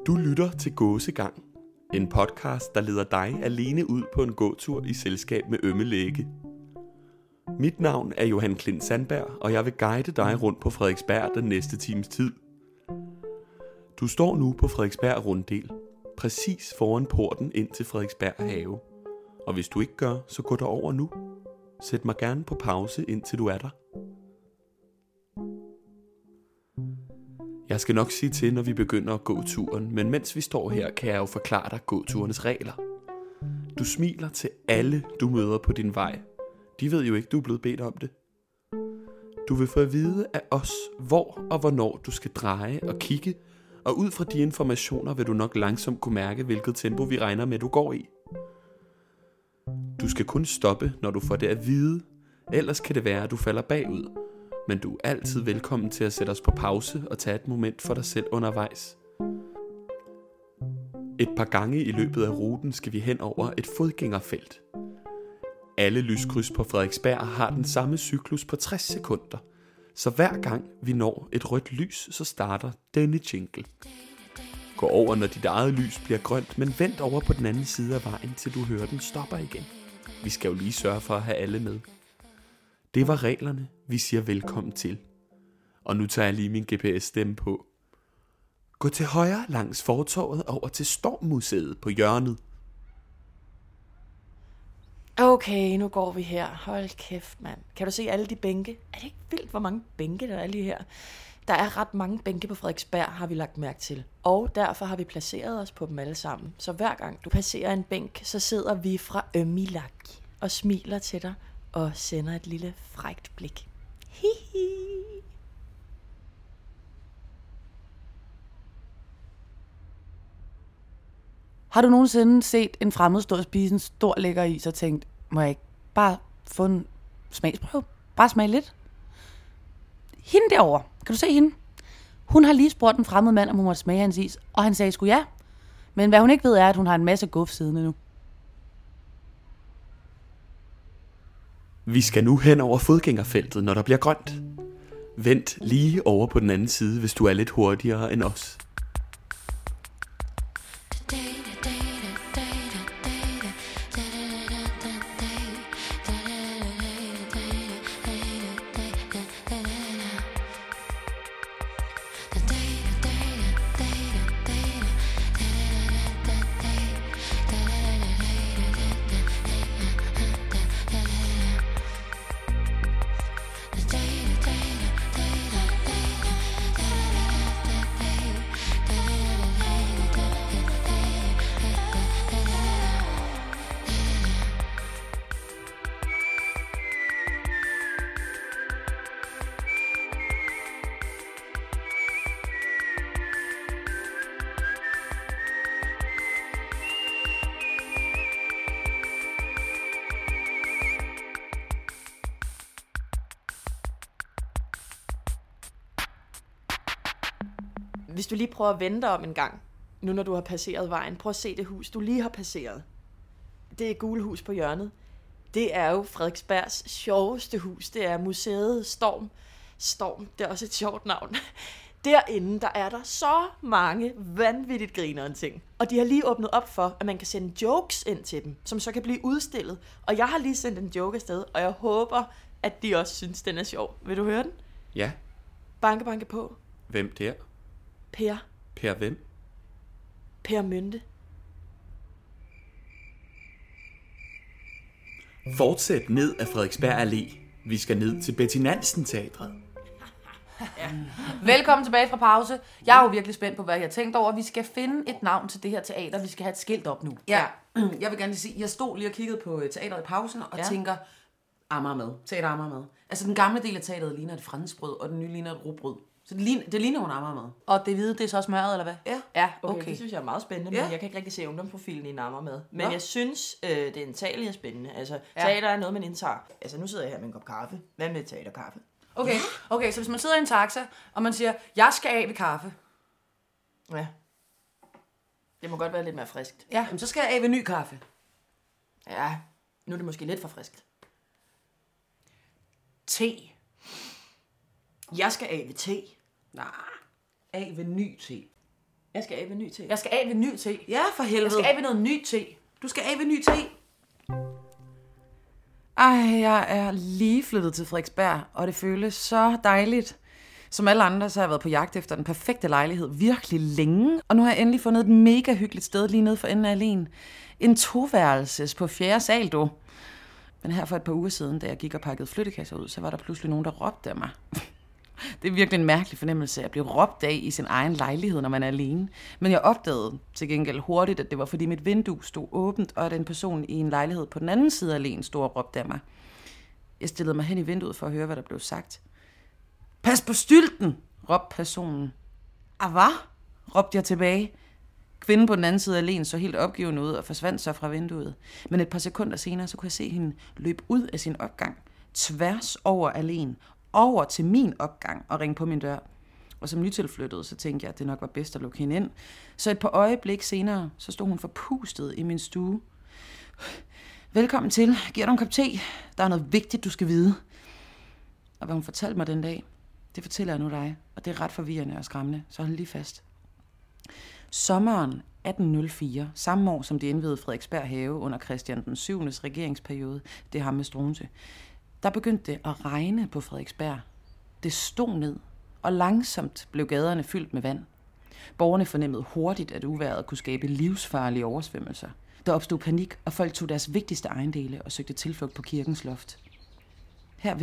Du lytter til Gåsegang, en podcast, der leder dig alene ud på en gåtur i selskab med ømme lægge. Mit navn er Johan Klint Sandberg, og jeg vil guide dig rundt på Frederiksberg den næste times tid. Du står nu på Frederiksberg Runddel, præcis foran porten ind til Frederiksberg Have. Og hvis du ikke gør, så gå derover nu. Sæt mig gerne på pause, indtil du er der. Jeg skal nok sige til, når vi begynder at gå turen, men mens vi står her, kan jeg jo forklare dig gåturens regler. Du smiler til alle, du møder på din vej. De ved jo ikke, du er blevet bedt om det. Du vil få at vide af os, hvor og hvornår du skal dreje og kigge, og ud fra de informationer vil du nok langsomt kunne mærke, hvilket tempo vi regner med, du går i. Du skal kun stoppe, når du får det at vide, ellers kan det være, at du falder bagud. Men du er altid velkommen til at sætte os på pause og tage et moment for dig selv undervejs. Et par gange i løbet af ruten skal vi hen over et fodgængerfelt. Alle lyskryds på Frederiksberg har den samme cyklus på 60 sekunder. Så hver gang vi når et rødt lys, så starter denne jingle. Gå over, når dit eget lys bliver grønt, men vent over på den anden side af vejen, til du hører den stopper igen. Vi skal jo lige sørge for at have alle med. Det var reglerne, vi siger velkommen til. Og nu tager jeg lige min GPS-stemme på. Gå til højre langs fortovet over til Stormmuseet på hjørnet. Okay, nu går vi her. Hold kæft, mand. Kan du se alle de bænke? Er det ikke vildt, hvor mange bænke der er lige her? Der er ret mange bænke på Frederiksberg, har vi lagt mærke til. Og derfor har vi placeret os på dem alle sammen. Så hver gang du passerer en bænk, så sidder vi fra Ømmilak og smiler til dig og sender et lille frækt blik. Hihi. Har du nogensinde set en fremmed stå og spise en stor lækker is og tænkt, må jeg ikke bare få en smagsprøve? Bare smage lidt? Hende derovre, kan du se hende? Hun har lige spurgt en fremmed mand, om hun måtte smage hans is, og han sagde sgu ja. Men hvad hun ikke ved er, at hun har en masse guf siddende nu. Vi skal nu hen over fodgængerfeltet, når der bliver grønt. Vent lige over på den anden side, hvis du er lidt hurtigere end os. Hvis du lige prøver at vende dig om en gang, nu når du har passeret vejen, prøv at se det hus, du lige har passeret. Det er Gule Hus på hjørnet. Det er jo Frederiksbergs sjoveste hus. Det er museet Storm. Storm, det er også et sjovt navn. Derinde, der er der så mange vanvittigt grinerende ting. Og de har lige åbnet op for, at man kan sende jokes ind til dem, som så kan blive udstillet. Og jeg har lige sendt en joke afsted, og jeg håber, at de også synes, den er sjov. Vil du høre den? Ja. Banke, banke på. Hvem der? Per. Per hvem? Per Mynte. Fortsæt ned ad Frederiksberg Allé. Vi skal ned til Betty Nansen Teatret. Ja. Velkommen tilbage fra pause. Jeg er jo virkelig spændt på, hvad jeg har tænkt over. Vi skal finde et navn til det her teater. Vi skal have et skilt op nu. Ja, jeg vil gerne sige, jeg stod lige og kiggede på teateret i pausen og tænker, Amagermad, teater Amagermad. Altså den gamle del af teateret ligner et franskbrød, og den nye ligner et rugbrød. Så det ligner jo en Amagermad. Og det hvide, det er så smørret, eller hvad? Ja. Ja, Okay, det synes jeg er meget spændende, men jeg kan ikke rigtig se ungdomsprofilen i en Amagermad. Men jeg synes, det er en tale er spændende. Altså, teater er noget, man indtager. Altså, nu sidder jeg her med en kop kaffe. Hvad med teaterkaffe? Okay, så hvis man sidder i en taxa, og man siger, jeg skal af ved kaffe. Ja. Det må godt være lidt mere friskt. Ja, men så skal jeg af ved ny kaffe. Ja, nu er det måske lidt for friskt. Te. Jeg skal af ved te. Nej, af ved ny te. Jeg skal af ved ny te. Jeg skal af ved ny te. Ja, for helvede. Jeg skal af ved noget ny te. Du skal af ved ny te. Ej, jeg er lige flyttet til Frederiksberg, og det føles så dejligt. Som alle andre, så har jeg været på jagt efter den perfekte lejlighed virkelig længe. Og nu har jeg endelig fundet et mega hyggeligt sted lige nede for enden af alene. En 2-værelses på 4. sal, du. Men her for et par uger siden, da jeg gik og pakkede flyttekasser ud, så var der pludselig nogen, der råbte af mig. Det er virkelig en mærkelig fornemmelse at blive råbt af i sin egen lejlighed, når man er alene. Men jeg opdagede til gengæld hurtigt, at det var fordi mit vindue stod åbent, og at en person i en lejlighed på den anden side af alene stod og råbte af mig. Jeg stillede mig hen i vinduet for at høre, hvad der blev sagt. Pas på stylten, råbte personen. Hvad? Råbte jeg tilbage. Kvinden på den anden side af alene så helt opgivende ud og forsvandt så fra vinduet. Men et par sekunder senere, så kunne jeg se hende løbe ud af sin opgang, tværs over alene, over til min opgang og ringe på min dør. Og som nytilflyttet, så tænkte jeg, at det nok var bedst at lukke hende ind. Så et par øjeblik senere, så stod hun forpustet i min stue. Velkommen til. Giver du en kop te? Der er noget vigtigt, du skal vide. Og hvad hun fortalte mig den dag, det fortæller jeg nu dig. Og det er ret forvirrende og skræmmende, så hold lige fast. Sommeren 1804, samme år som de indviede Frederiksberg Have under Christian den 7. regeringsperiode, det har med Struensee, der begyndte det at regne på Frederiksberg. Det stod ned, og langsomt blev gaderne fyldt med vand. Borgerne fornemmede hurtigt, at uvejret kunne skabe livsfarlige oversvømmelser. Der opstod panik, og folk tog deres vigtigste ejendele og søgte tilflugt på kirkens loft. Her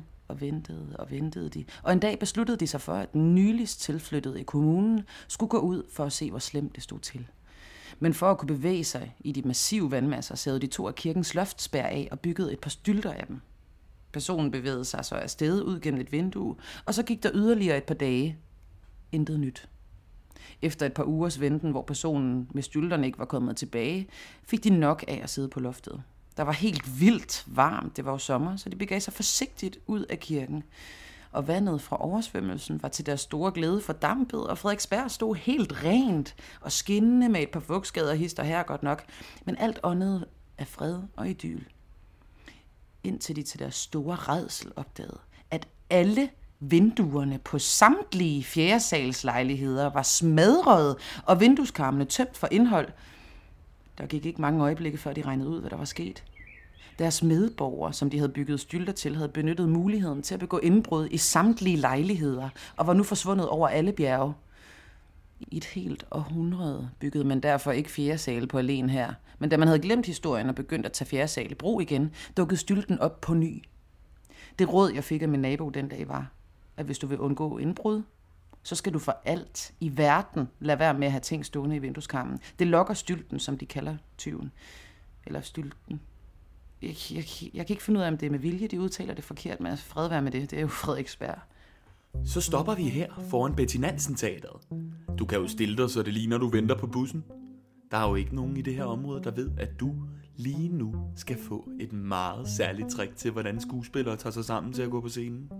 ventede de, og en dag besluttede de sig for, at den nyligst tilflyttede i kommunen skulle gå ud for at se, hvor slemt det stod til. Men for at kunne bevæge sig i de massive vandmasser, savede de 2 af kirkens loftspær af og byggede et par stylter af dem. Personen bevægede sig så afsted ud gennem et vindue, og så gik der yderligere et par dage. Intet nyt. Efter et par ugers venten, hvor personen med stylterne ikke var kommet tilbage, fik de nok af at sidde på loftet. Der var helt vildt varmt, det var jo sommer, så de begav sig forsigtigt ud af kirken. Og vandet fra oversvømmelsen var til deres store glæde fordampet, og Frederiksberg stod helt rent og skinnende med et par vugskader hister her godt nok, men alt åndede af fred og idyl. Indtil de til deres store rædsel opdagede, at alle vinduerne på samtlige 4. sals lejligheder var smadrede, og vindueskarmene tømt for indhold. Der gik ikke mange øjeblikke, før de regnede ud, hvad der var sket. Deres medborgere, som de havde bygget stylter til, havde benyttet muligheden til at begå indbrud i samtlige lejligheder, og var nu forsvundet over alle bjerge. I et helt århundrede byggede man derfor ikke 4. sale på alene her, men da man havde glemt historien og begyndt at tage 4. sal i brug igen, dukkede stylten op på ny. Det råd, jeg fik af min nabo den dag, var, at hvis du vil undgå indbrud, så skal du for alt i verden lade være med at have ting stående i vindueskarmen. Det lokker stylten, som de kalder tyven. Eller stylten. Jeg kan ikke finde ud af, om det er med vilje, de udtaler det forkert, men fred være med det. Det er jo Frederiksberg. Så stopper vi her foran Betty Nansen Teatret. Du kan jo stille dig, så det ligner, du venter på bussen. Der er jo ikke nogen i det her område, der ved, at du lige nu skal få et meget særligt trick til, hvordan skuespillere tager sig sammen til at gå på scenen.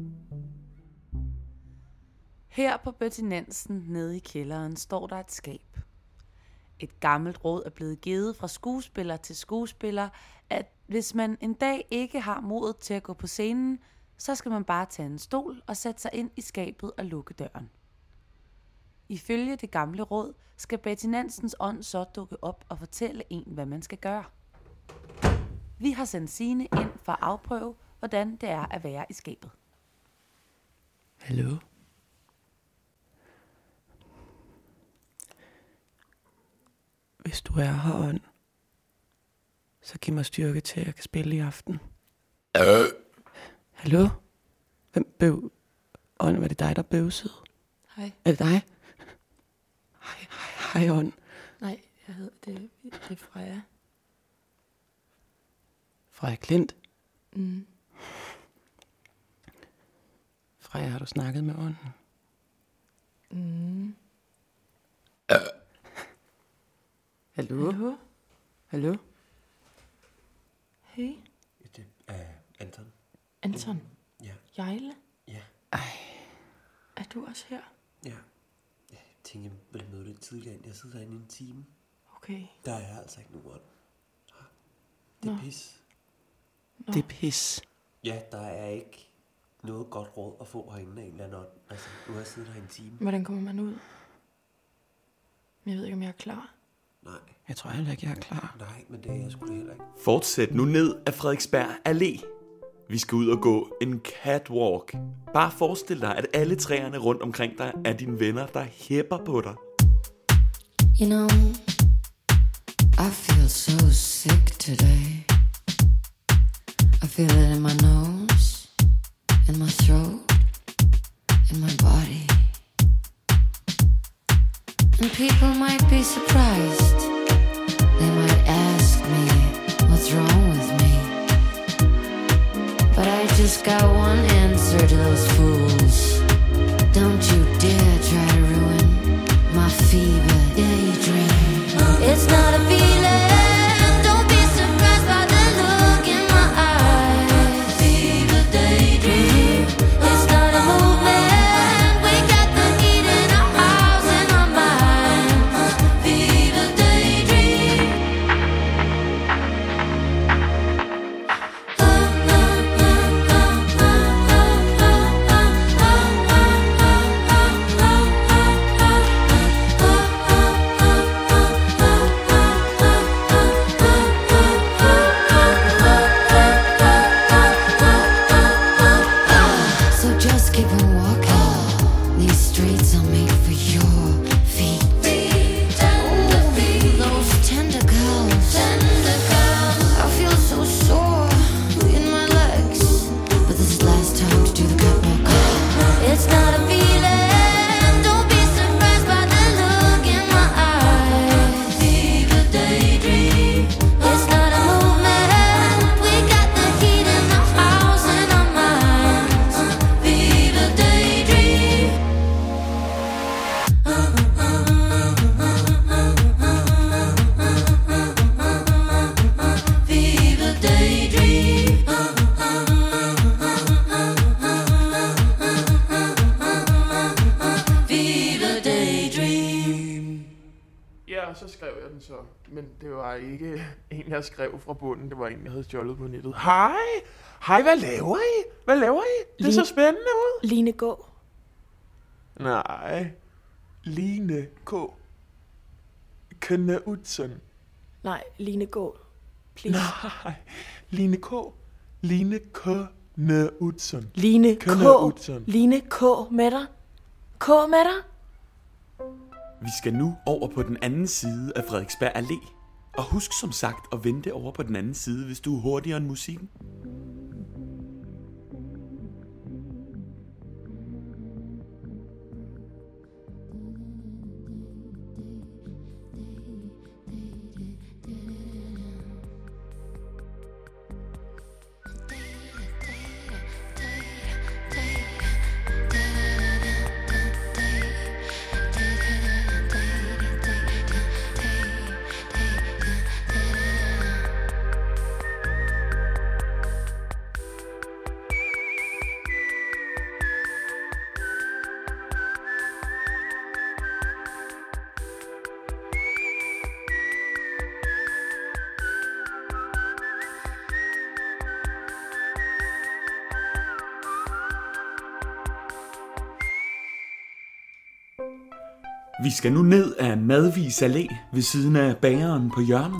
Her på Betty Nansen nede i kælderen står der et skab. Et gammelt råd er blevet givet fra skuespiller til skuespiller, at hvis man en dag ikke har modet til at gå på scenen, så skal man bare tage en stol og sætte sig ind i skabet og lukke døren. Ifølge det gamle råd skal Betty Nansens ånd så dukke op og fortælle en, hvad man skal gøre. Vi har sendt Signe ind for at afprøve, hvordan det er at være i skabet. Hallo? Hvis du er her, ånd, så giv mig styrke til, at jeg kan spille i aften. Hallo? Hvem bøv? Ånd, var det dig, der bøvsede? Hej. Er det dig? Hej, ånd. Nej, jeg hedder det er Freja. Freja Klint. Mm. Freja, har du snakket med ånden? Mm. Hallo? Hallo? Hallo? Hey. Det er Anton. Anton. Ja. Jejle. Ja. Er du også her? Ja. Jeg tænkte, jeg ville møde lidt tidligere ind. Jeg sidder herinde i en time. Okay. Der er altså ikke nogen ånd. Det er pis. Det er pis. Ja, der er ikke noget godt råd at få herinde af en eller anden ånd. Altså, nu har jeg siddet her i en time. Hvordan kommer man ud? Jeg ved ikke, om jeg er klar. Nej, Jeg tror heller ikke, jeg er klar. nej, men det er jeg sgu da heller ikke. Fortsæt nu ned ad Frederiksberg Allé. Vi skal ud og gå en catwalk. Bare forestil dig, at alle træerne rundt omkring dig er dine venner, der hæpper på dig. You know, I feel so sick today. I feel it in my nose, in my throat, in my body. And people might be surprised. They might ask me, what's wrong with me? But I just got one answer to those fools. Don't you dare try to ruin my fever daydream. It's not a feeling. Don't be surprised by the look in my eyes. Fever daydream. It's not a movement. We got the heat in our house and our minds. Fever daydream. So just keep on walking. These streets are made for your feet. Ooh, those tender curls. I feel so sore in my legs, but this is the last time to do the catwalk. It's not a feeling. Don't be surprised by the look in my eyes. Fever daydream. It's not a movement. We got the heat in the house and our minds. Fever daydream. Fever daydream. Fever daydream. Ja, og så skrev jeg den så. Men det var ikke en, jeg skrev fra bunden. Det var en, jeg havde stjålet på nettet. Hej! Hej, hvad laver I? Hvad laver I? Det er så spændende ud. Line, gå. Nej. Line K. Knudsen. Nej, Line, gå. Please. Nej. Line K. Line Knudsen. Line K. Knudsen. Line K med dig. K med dig. Vi skal nu over på den anden side af Frederiksberg Allé. Og husk som sagt at vente over på den anden side, hvis du er hurtigere end musikken. Vi skal nu ned ad Madvis Allé ved siden af bageren på hjørnet.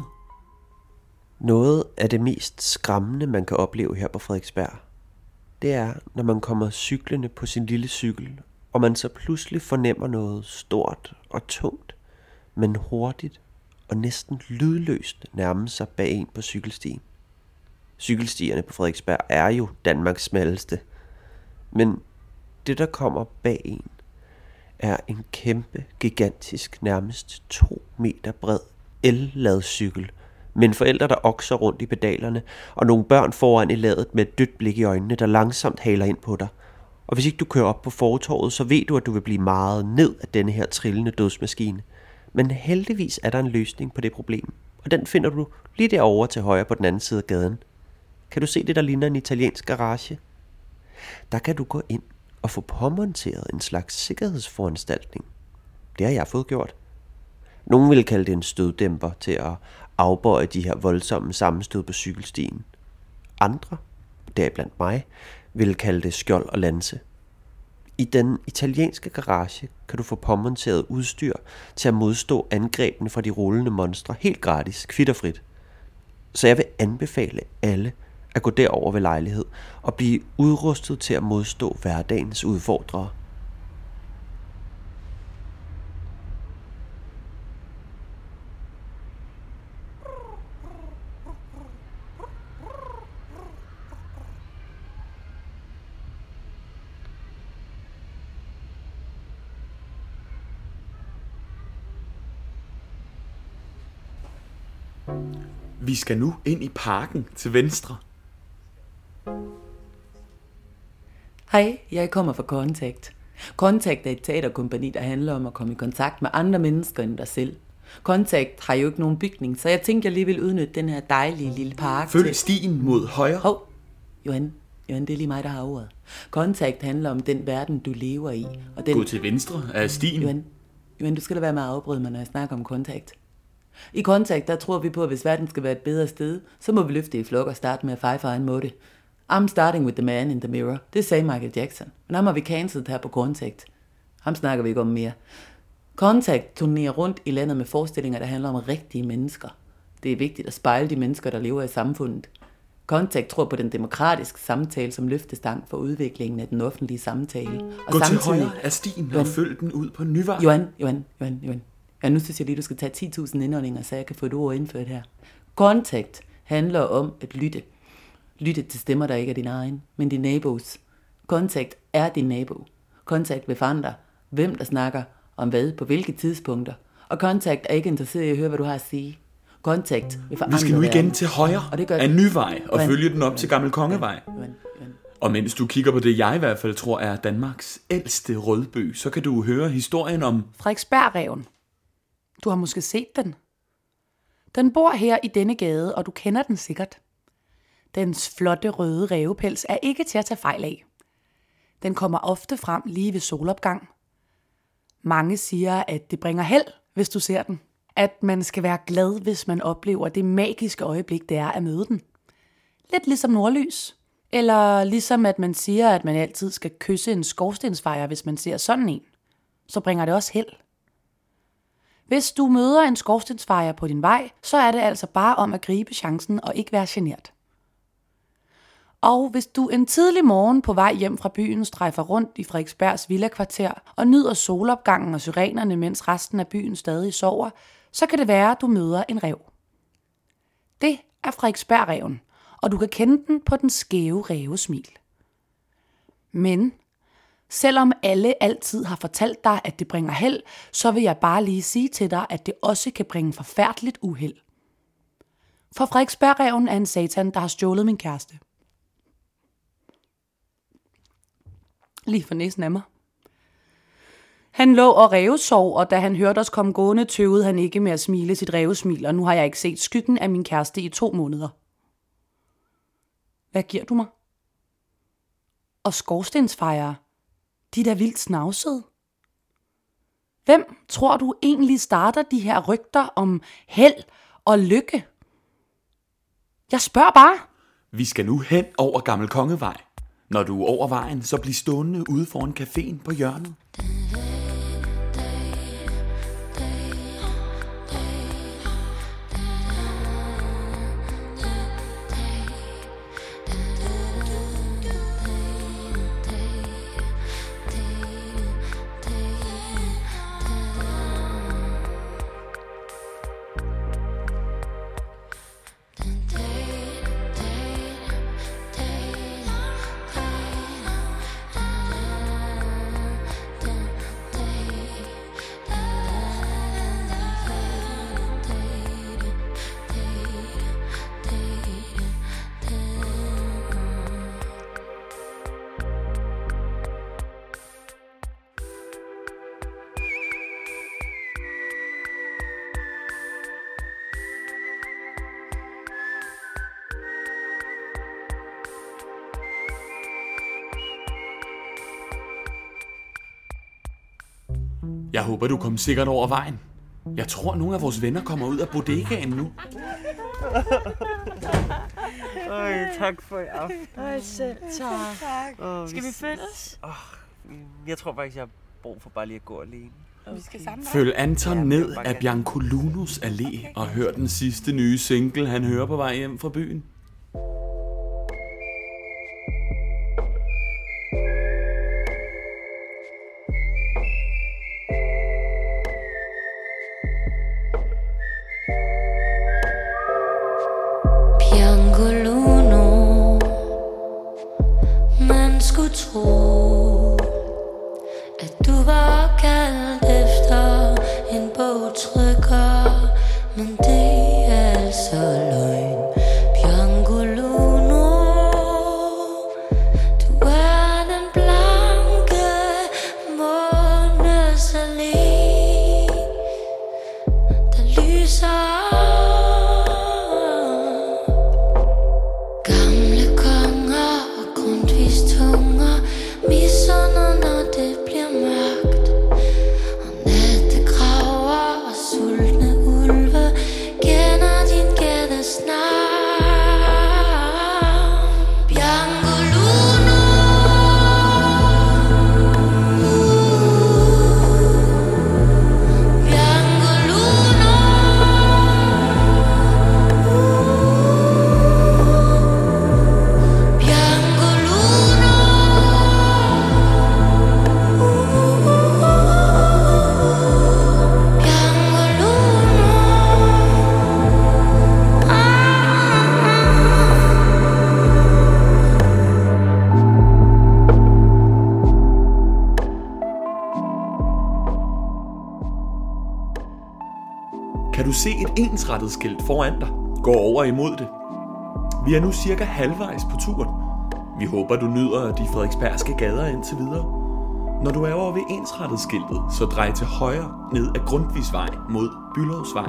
Noget af det mest skræmmende, man kan opleve her på Frederiksberg, det er, når man kommer cyklende på sin lille cykel, og man så pludselig fornemmer noget stort og tungt, men hurtigt og næsten lydløst nærme sig bag en på cykelstien. Cykelstierne på Frederiksberg er jo Danmarks smalleste, men det, der kommer bag en, er en kæmpe, gigantisk, nærmest 2 meter bred el-ladcykel, med en forælder, der okser rundt i pedalerne, og nogle børn foran i ladet med et dødt blik i øjnene, der langsomt haler ind på dig. Og hvis ikke du kører op på fortorvet, så ved du, at du vil blive meget ned af denne her trillende dødsmaskine. Men heldigvis er der en løsning på det problem, og den finder du lige derovre til højre på den anden side af gaden. Kan du se det, der ligner en italiensk garage? Der kan du gå ind og få påmonteret en slags sikkerhedsforanstaltning. Det har jeg fået gjort. Nogle vil kalde det en støddæmper til at afbøje de her voldsomme sammenstød på cykelstien. Andre, deriblandt mig, vil kalde det skjold og lanse. I den italienske garage kan du få påmonteret udstyr til at modstå angrebene fra de rullende monstre helt gratis, kvitterfrit. Så jeg vil anbefale alle at gå derover ved lejlighed og blive udrustet til at modstå hverdagens udfordrere. Vi skal nu ind i parken til venstre. Hej, jeg kommer fra Contact. Contact er et teaterkompagni, der handler om at komme i kontakt med andre mennesker end dig selv. Contact har jo ikke nogen bygning, så jeg tænkte, jeg lige vil udnytte den her dejlige lille park. Følg stien mod højre. Hov, Johan, det er lige mig, der har ordet. Contact handler om den verden, du lever i. Og den... Gå til venstre af stien. Johan, du skal da være med at afbryde mig, når jeg snakker om Contact. I Contact, der tror vi på, at hvis verden skal være et bedre sted, så må vi løfte i flok og starte med at feje for egen måde. I'm starting with the man in the mirror. Det sagde Michael Jackson. Men ham har vi cancelled her på Contact. Ham snakker vi ikke om mere. Contact turnerer rundt i landet med forestillinger, der handler om rigtige mennesker. Det er vigtigt at spejle de mennesker, der lever i samfundet. Contact tror på den demokratiske samtale som løftestang for udviklingen af den offentlige samtale. Og gå samtidig... til højre af stien og følg den ud på Nyvej. Johan. Ja, nu synes jeg lige, du skal tage 10.000 indåndinger, så jeg kan få et ord indført her. Contact handler om at lytte. Lytte til stemmer, der ikke er din egen, men din nabos. Contact er din nabo. Contact vil forandre, hvem der snakker, om hvad, på hvilke tidspunkter. Og Contact er ikke interesseret i at høre, hvad du har at sige. Contact vil forandre. Vi skal nu igen til højre af Nyvej og følge den op til Gammel Kongevej. Og mens du kigger på det, jeg i hvert fald tror er Danmarks ældste rødbøg, så kan du høre historien om Frederiksbergreven. Du har måske set den. Den bor her i denne gade, og du kender den sikkert. Dens flotte røde rævepels er ikke til at tage fejl af. Den kommer ofte frem lige ved solopgang. Mange siger, at det bringer held, hvis du ser den. At man skal være glad, hvis man oplever det magiske øjeblik, det er at møde den. Lidt ligesom nordlys. Eller ligesom at man siger, at man altid skal kysse en skorstensfejer, hvis man ser sådan en. Så bringer det også held. Hvis du møder en skorstensfejer på din vej, så er det altså bare om at gribe chancen og ikke være genert. Og hvis du en tidlig morgen på vej hjem fra byen strejfer rundt i Frederiksbergs villakvarter og nyder solopgangen og syrenerne, mens resten af byen stadig sover, så kan det være, at du møder en ræv. Det er Frederiksbergreven, og du kan kende den på den skæve rævesmil. Men selvom alle altid har fortalt dig, at det bringer held, så vil jeg bare lige sige til dig, at det også kan bringe forfærdeligt uheld. For Frederiksbergreven er en satan, der har stjålet min kæreste. Lige for næsen af mig. Han lå og rævesov, og da han hørte os komme gående, tøvede han ikke med at smile sit rævesmil, og nu har jeg ikke set skyggen af min kæreste i 2 måneder. Hvad giver du mig? Og skorstensfejere, de er da vildt snavsede. Hvem tror du egentlig starter de her rygter om held og lykke? Jeg spørger bare. Vi skal nu hen over Gammel Kongevej. Når du er over vejen, så bliv stående ude foran caféen på hjørnet. Jeg håber, du kom sikkert over vejen. Jeg tror, nogle af vores venner kommer ud af bodegaen nu. Tak for i aften. Selv tak. Skal vi følges? Jeg tror faktisk, jeg har brug for bare lige at gå alene. Vi skal sammen. Følg Anton ned ad Biancolunus Allé og hør den sidste nye single, han hører på vej hjem fra byen. Biancolunu, man skulle tro, at du var opkaldt efter en bogtrykker, men det er altså løgn. Biancolunu, du er den blanke månes allé, der lyser. Gamle konger og Grundtvigs tunger misunder, når det bliver mørkt, og nattekraver og sultne ulve kender din gættes navn. Biancolunu, Kan du se et ensrettet skilt foran dig? Gå over imod det. Vi er nu cirka halvvejs på turen. Vi håber, du nyder de frederiksbergske gader indtil videre. Når du er over ved ensrettet skiltet, så drej til højre ned ad Grundtvigs Vej mod Bülowsvej.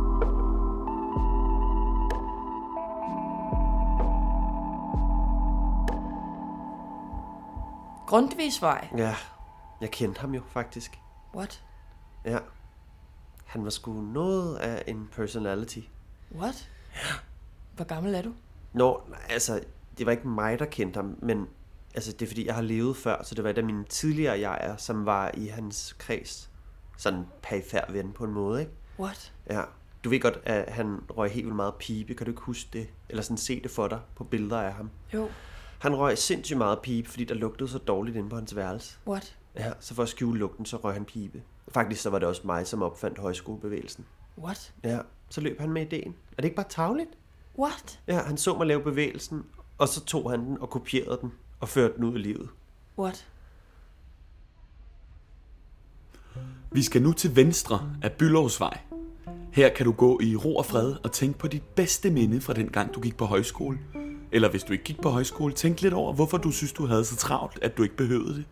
Grundtvigs Vej. Ja, jeg kendte ham jo faktisk. What? Ja. Han var sgu noget af en personality. What? Hvor gammel er du? Nå, altså, det var ikke mig, der kendte ham, men altså, det er fordi, jeg har levet før, så det var et af mine tidligere jeger, som var i hans kreds. Sådan en perifær ven på en måde, ikke? What? Ja. Du ved godt, at han røg helt vildt meget pibe. Kan du ikke huske det? Eller sådan se det for dig på billeder af ham? Jo. Han røg sindssygt meget pibe, fordi der lugtede så dårligt inde på hans værelse. What? Ja, så for at skjule lugten, så røg han pibe. Faktisk så var det også mig, som opfandt højskolebevægelsen. What? Ja, så løb han med ideen. Er det ikke bare tarveligt? What? Ja, han så mig lave bevægelsen, og så tog han den og kopierede den og førte den ud i livet. What? Vi skal nu til venstre af Bülowsvej. Her kan du gå i ro og fred og tænke på dit bedste minde fra den gang, du gik på højskole. Eller hvis du ikke gik på højskole, tænk lidt over, hvorfor du synes, du havde så travlt, at du ikke behøvede det.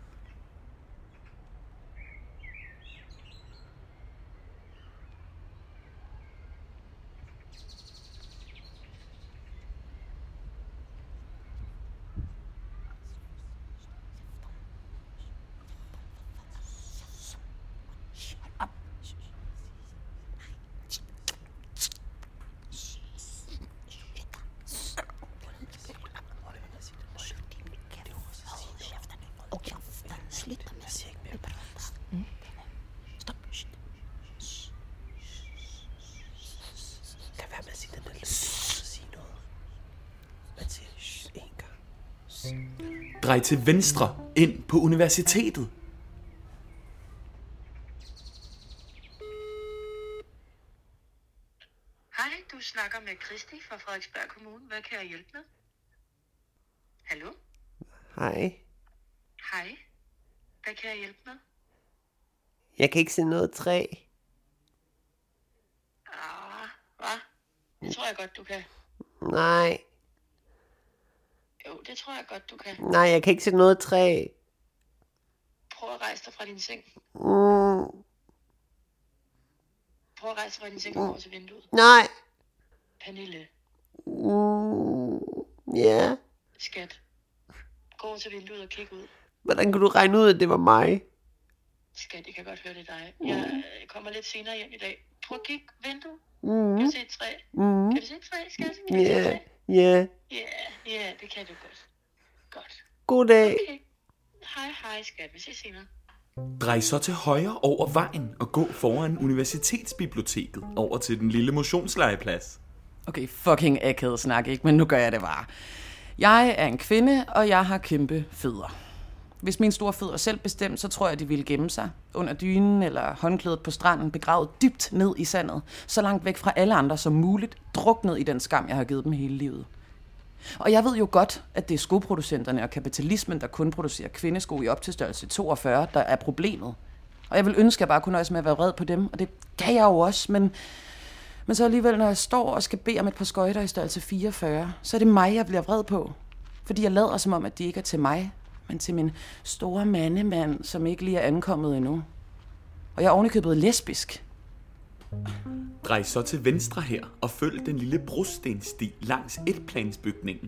Drej til venstre ind på universitetet. Hej, du snakker med Kristi fra Frederiksberg Kommune. Hvad kan jeg hjælpe med? Hallo? Hej. Hej. Hvad kan jeg hjælpe med? Jeg kan ikke se noget træ. Hvad? Det tror jeg godt, du kan. Nej. Jo, det tror jeg godt, du kan. Nej, jeg kan ikke se noget træ. Prøv at rejse dig fra din seng. Prøv at rejse dig fra din seng og over til vinduet. Nej. Pernille. Ja. Skat. Gå over til vinduet og kig ud. Hvordan kan du regne ud, at det var mig? Skat, jeg kan godt høre det dig. Jeg kommer lidt senere hjem i dag. Prøv at kigge vinduet. Mm. Kan du se et træ? Kan du se et træ, skat? Kan du se et træ? Ja. Ja, det kan du godt. Godt. God dag. Okay. Hej, skat. Vi ses senere. Drej så til højre over vejen og gå foran universitetsbiblioteket over til den lille motionslegeplads. Okay, fucking akavet snak, ikke? Men nu gør jeg det bare. Jeg er en kvinde, og jeg har kæmpe fødder. Hvis mine store fødder selv bestemte, så tror jeg, de ville gemme sig under dynen eller håndklædet på stranden, begravet dybt ned i sandet, så langt væk fra alle andre som muligt, druknet i den skam, jeg har givet dem hele livet. Og jeg ved jo godt, at det er skoproducenterne og kapitalismen, der kun producerer kvindesko i op til størrelse 42, der er problemet. Og jeg vil ønske, at jeg bare kunne nøjes med at være vred på dem, og det kan jeg jo også, men så alligevel, når jeg står og skal bede om et par skøjter i størrelse 44, så er det mig, jeg bliver vred på. Fordi jeg lader som om, at de ikke er til mig, men til min store mandemand, som ikke lige er ankommet endnu. Og jeg er ovenikøbet lesbisk. Drej så til venstre her og følg den lille brostenssti langs etplansbygningen.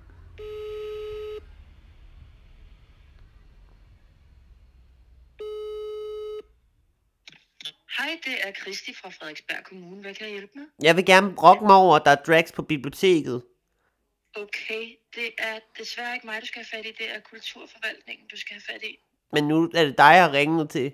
Hej, det er Kristi fra Frederiksberg Kommune. Hvad kan jeg hjælpe med? Jeg vil gerne brokke mig over, at der er drags på biblioteket. Okay, det er desværre ikke mig, du skal have fat i. Det er kulturforvaltningen, du skal have fat i. Men nu er det dig, jeg har ringet til.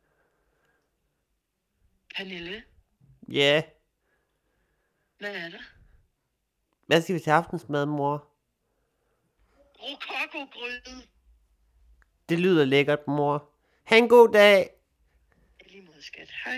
Pernille, Ja. hvad er der? Hvad skal vi til aftensmad, mor? Rokoko-gryde. Det lyder lækkert, mor. Ha' en god dag. I lige måde, skat. Hej.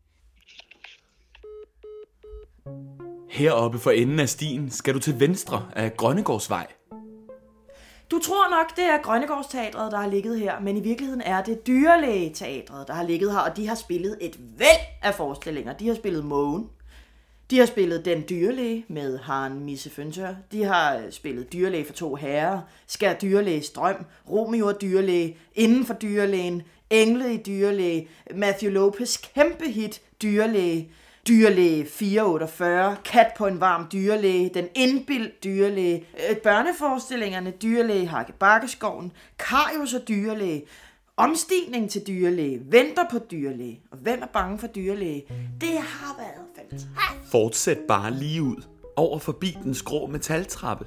Heroppe for enden af stien skal du til venstre af Grønnegårdsvej. Du tror nok, det er Grønnegårdsteatret, der har ligget her, men i virkeligheden er det Dyrlægeteatret, der har ligget her, og de har spillet et væld af forestillinger. De har spillet Mågen, de har spillet Den Dyrlæge med Haren Misse Føntør, de har spillet Dyrlæge for to herrer, Skær Dyrlæges drøm, Romeo og Dyrlæge, Inden for Dyrlægen, Engle i Dyrlæge, Matthew Lopez kæmpe hit Dyrlæge, Dyrlæge 448, Kat på en varm dyrlæge, Den indbildt dyrlæge, børneforestillingerne Dyrlæge Hakke Bakkeskoven, Karius og Dyrlæge, Omstigning til dyrlæge, Venter på dyrlæge, og Hvem er bange for dyrlæge? Det har været fantastisk. Fortsæt bare lige ud over forbi den skrå metaltrappe.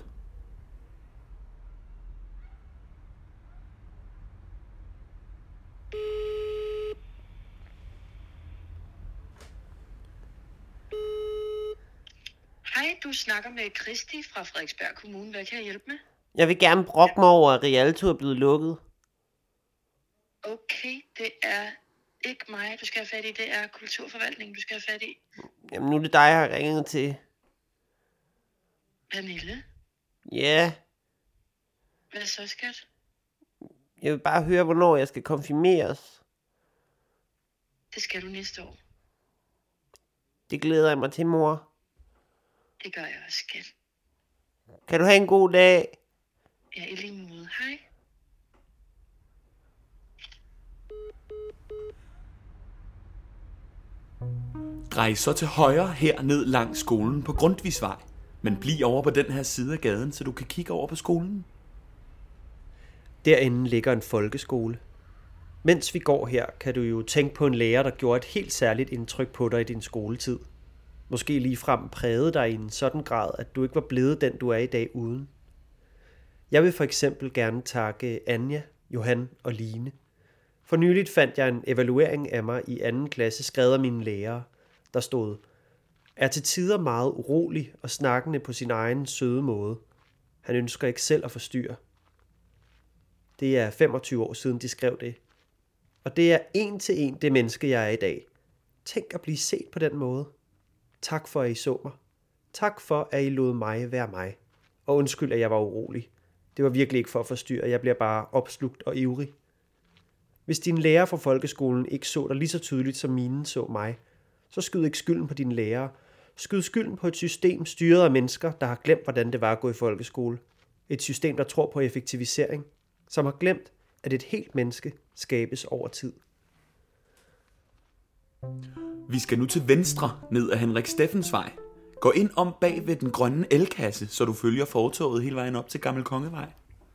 Hej, du snakker med Kristi fra Frederiksberg Kommune. Hvad kan jeg hjælpe med? Jeg vil gerne brokke mig over, at Rialto er blevet lukket. Okay, det er ikke mig, du skal have fat i. Det er kulturforvaltningen, du skal have fat i. Jamen, nu er det dig, jeg har ringet til. Pernille, Ja, hvad så, skat? jeg vil bare høre, hvornår jeg skal konfirmeres. Det skal du næste år. Det glæder jeg mig til, mor. Det gør jeg også, skat. Kan du have en god dag? Ja, i lige måde. Hej. Drej så til højre her ned langs skolen på Grundtvigsvej, men bliv over på den her side af gaden, så du kan kigge over på skolen. Derinde ligger en folkeskole. Mens vi går her, kan du jo tænke på en lærer, der gjorde et helt særligt indtryk på dig i din skoletid. Måske ligefrem prægede dig i en sådan grad, at du ikke var blevet den, du er i dag uden. Jeg vil for eksempel gerne takke Anja, Johan og Line. For nyligt fandt jeg en evaluering af mig i 2. klasse skrevet af mine lærere, der stod: er til tider meget urolig og snakkende på sin egen søde måde. Han ønsker ikke selv at forstyrre. Det er 25 år siden, de skrev det. Og det er en til en det menneske, jeg er i dag. Tænk at blive set på den måde. Tak for, at I så mig. Tak for, at I lod mig være mig. Og undskyld, at jeg var urolig. Det var virkelig ikke for at forstyrre. Jeg bliver bare opslugt og ivrig. Hvis din lærer fra folkeskolen ikke så dig lige så tydeligt, som mine så mig, så skyd ikke skylden på dine lærere. Skyd skylden på et system styret af mennesker, der har glemt, hvordan det var at gå i folkeskole. Et system, der tror på effektivisering, som har glemt, at et helt menneske skabes over tid. Vi skal nu til venstre ned ad Henrik Steffensvej. Gå ind om bag ved den grønne elkasse, så du følger fortovet hele vejen op til Gammel Kongevej.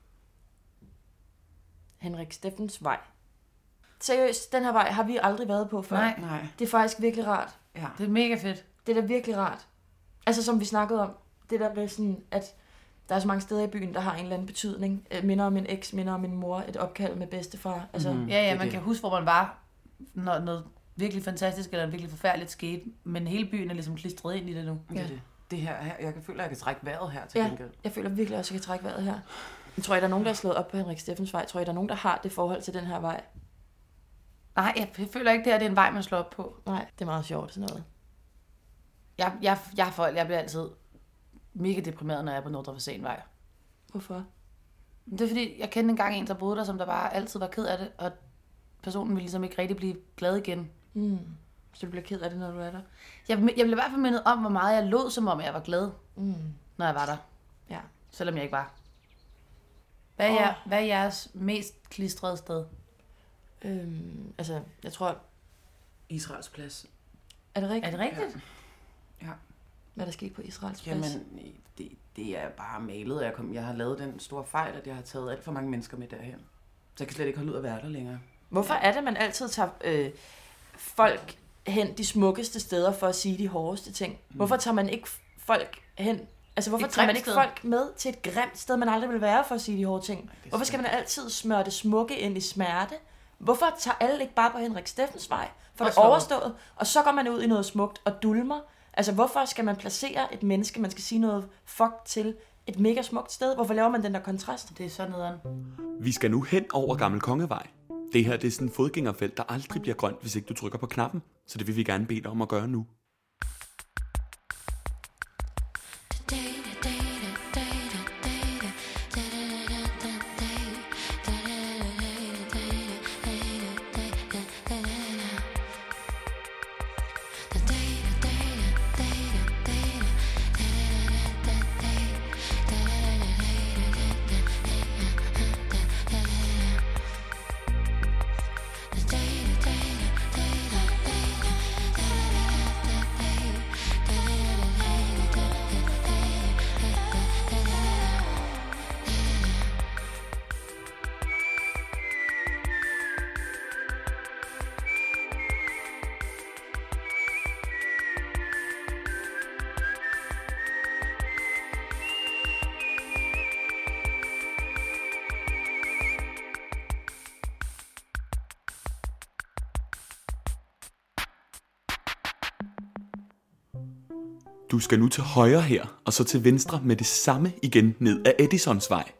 Henrik Steffensvej. Seriøst, den her vej har vi aldrig været på før. Nej. Det er faktisk virkelig rart. Ja, det er mega fedt. Det er da virkelig rart. Altså som vi snakkede om, det der med sådan, at Der er så mange steder i byen, der har en eller anden betydning. Minder om en eks, minder om min mor, et opkald med bedstefar. Altså, Ja, man kan huske, hvor man var, når noget virkelig fantastisk eller virkelig forfærdeligt skete, men hele byen er ligesom klistret ind i det nu. Ja. Det her, jeg kan føle, at jeg kan trække vejret her til gengæld. Jeg føler virkelig også, at jeg kan trække vejret her. Men tror I, der er nogen, der er slået op på Henrik Steffens vej? Tror I, der er nogen, der har det forhold til den her vej? Nej, jeg føler ikke, det er en vej, man slår op på. Nej, det er meget sjovt sådan noget. Jeg bliver altid mega deprimeret, når jeg er på Nordre Fasanvej. Hvorfor? Det er fordi, jeg kendte engang en, der boede der, som der bare altid var ked af det, og personen ville ligesom ikke rigtig blive glad igen. Så du bliver ked af det, når du er der? Jeg blev i hvert fald mindet om, hvor meget jeg lod, som om jeg var glad, når jeg var der. Ja. Selvom jeg ikke var. Hvad er jeres mest klistrede sted? Altså, jeg tror... Israels plads. Er det rigtigt? Er det rigtigt? Ja. Hvad der skete på Israels plads? Jamen, det er bare malet. Jeg har lavet den store fejl, at jeg har taget alt for mange mennesker med derhen. Så jeg kan slet ikke holde ud at være der længere. Hvorfor er det, man altid tager folk hen de smukkeste steder for at sige de hårdeste ting? Hvorfor tager man ikke folk hen? Altså, hvorfor tager man ikke folk med til et grimt sted, man aldrig vil være for at sige de hårde ting? Hvorfor skal man altid smøre det smukke ind i smerte? Hvorfor tager alle ikke bare på Henrik Steffens vej for det overstået, og så går man ud i noget smukt og dulmer? Altså, hvorfor skal man placere et menneske, man skal sige noget fuck til et mega smukt sted? Hvorfor laver man den der kontrast? Det er sådan nederen. Vi skal nu hen over Gammel Kongevej. Det her det er sådan et fodgængerfelt, der aldrig bliver grønt, hvis ikke du trykker på knappen. Så det vil vi gerne bede dig om at gøre nu. Du skal nu til højre her, og så til venstre med det samme igen ned ad Edisons vej.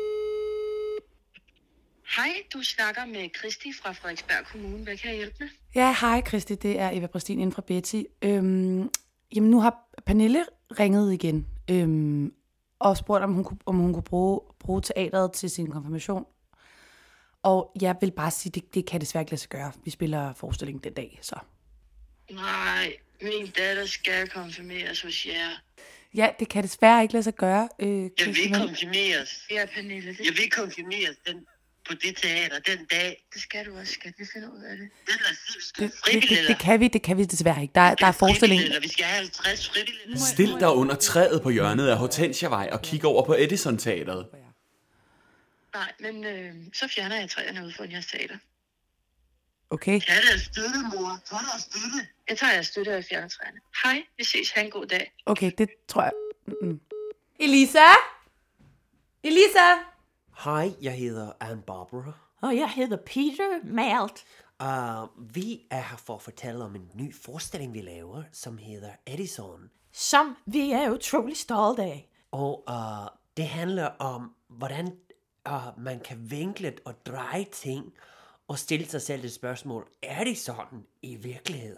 Hej, du snakker med Kristi fra Frederiksberg Kommune. Hvad kan jeg hjælpe med? Ja, hej Kristi, det er Eva Præstin inden fra Betty. Jamen nu har Pernille ringet igen og spurgt, om hun kunne bruge teateret til sin konfirmation. Og jeg vil bare sige, det kan desværre ikke lade sig gøre. Vi spiller forestillingen den dag, så. Nej, min datter skal konfirmeres hos jer. Ja, det kan desværre ikke lade sig gøre. Jeg vil konfirmeres. Ja, Pernille. Jeg vil konfirmeres på det teater den dag. Det skal du også, skat. Vi finder ud af det. Det kan vi desværre ikke. Der er forestillingen. Vi skal have 50 frivillige. Stil dig under træet på hjørnet af Hortensiavej og kig over på Edison-teateret. Nej, men så fjerner jeg træerne ud for jeres teater. Okay. Tag dig støtte, mor. Tag dig støtte. Jeg tager jeres støtte, og jeg fjerner træerne. Hej, vi ses. Ha' en god dag. Okay, det tror jeg. Elisa? Hej, jeg hedder Anne Barbara. Og jeg hedder Peter Malt. Vi er her for at fortælle om en ny forestilling, vi laver, som hedder Edison. Som vi er utrolig stolte af. Og det handler om, hvordan man kan vinkle og dreje ting, og stille sig selv et spørgsmål. Er det sådan i virkeligheden?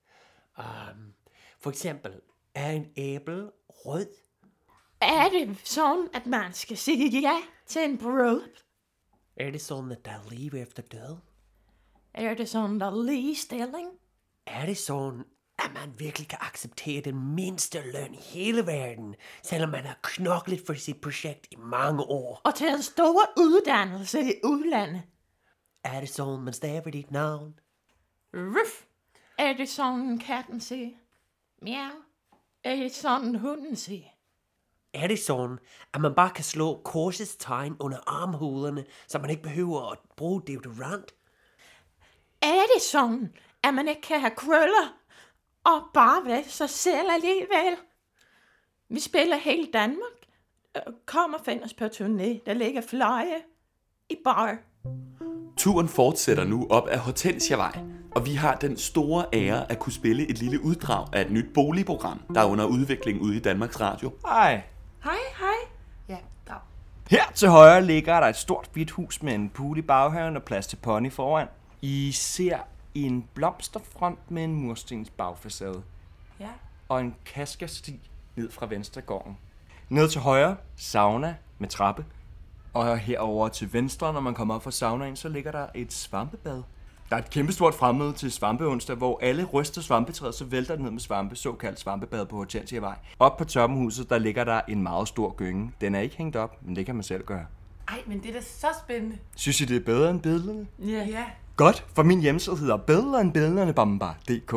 For eksempel, er en æble rød? Er det sådan, at man skal sige ja til en bryllup? Er det sådan, at der er liv efter død? Er det sådan, der er ligestilling? Er det sådan, at man virkelig kan acceptere den mindste løn i hele verden, selvom man har knoklet for sit projekt i mange år? Og til en stor uddannelse i udlandet? Er det sådan, man staver dit navn? Ruff. Er det sådan, katten siger? Miau. Er det sådan, hunden siger? Er det sådan, at man bare kan slå korsets tegn under armhulerne, så man ikke behøver at bruge deodorant? Er det sådan, at man ikke kan have krøller og bare være sig selv alligevel? Vi spiller hele Danmark. Kom og find os på turné. Der ligger flyer i bar. Turen fortsætter nu op ad Hortensiavej, og vi har den store ære at kunne spille et lille uddrag af et nyt boligprogram, der er under udvikling ude i Danmarks Radio. Hej. Hej. Ja, dag. Her til højre ligger der et stort hvidt hus med en pool i baghaven og plads til pony foran. I ser en blomsterfront med en murstens bagfacade. Ja. Og en kaskersti ned fra venstregården. Ned til højre, sauna med trappe. Og herover til venstre, når man kommer op fra saunaen, så ligger der et svampebad. Der er et kæmpestort fremmøde til svampeonsdag, hvor alle ryster svampetræer, så vælter det ned med svampe, såkaldt svampebad på Hortensiavej. Op på toppen af huset, der ligger der en meget stor gynge. Den er ikke hængt op, men det kan man selv gøre. Ej, men det er da så spændende. Synes I, det er bedre end billederne? Ja. Godt, for min hjemmeside hedder bedreendbilledernebombar.dk.